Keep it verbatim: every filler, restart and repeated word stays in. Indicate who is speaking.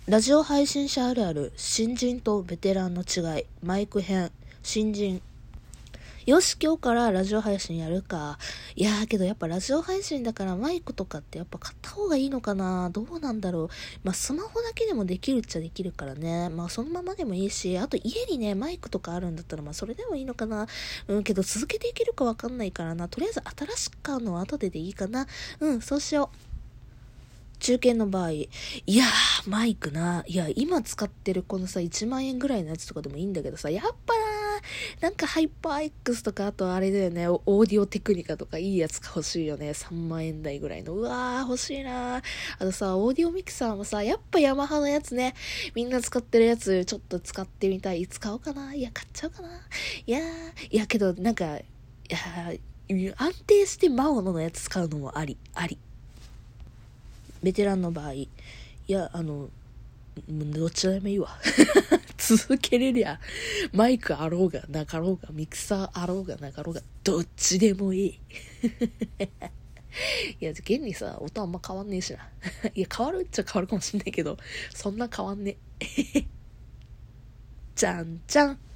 Speaker 1: ラジオ配信者あるある、新人とベテランの違い、マイク編、新人。よし、今日からラジオ配信やるか。いやーけどやっぱラジオ配信だからマイクとかってやっぱ買った方がいいのかな。どうなんだろう。まあスマホだけでもできるっちゃできるからね。まあそのままでもいいし、あと家にね、マイクとかあるんだったらまあそれでもいいのかな。うん、けど続けていけるかわかんないからな。とりあえず新しく買うのは後ででいいかな。うん、そうしよう。中堅の場合、いやー、マイクな、いや、今使ってるこのさ、いちまんえんぐらいのやつとかでもいいんだけどさ、やっぱなー、なんかハイパー X とか、あとあれだよね、オーディオテクニカとかいいやつが欲しいよね。さんまんえん台ぐらいの。うわー、欲しいなー。あとさ、オーディオミキサーもさ、やっぱヤマハのやつね、みんな使ってるやつ、ちょっと使ってみたい。使おうかな。いや、買っちゃうかな。いやー、いやけど、なんか、いやー、安定してマオノのやつ使うのもあり、あり。ベテランの場合、いや、あの、どっちでもいいわ。続けれりゃ、マイクあろうがなかろうが、ミキサーあろうがなかろうが、どっちでもいい。いや、現にさ、音あんま変わんねえしな。いや、変わるっちゃ変わるかもしんないけど、そんな変わんねえ。じゃんじゃん。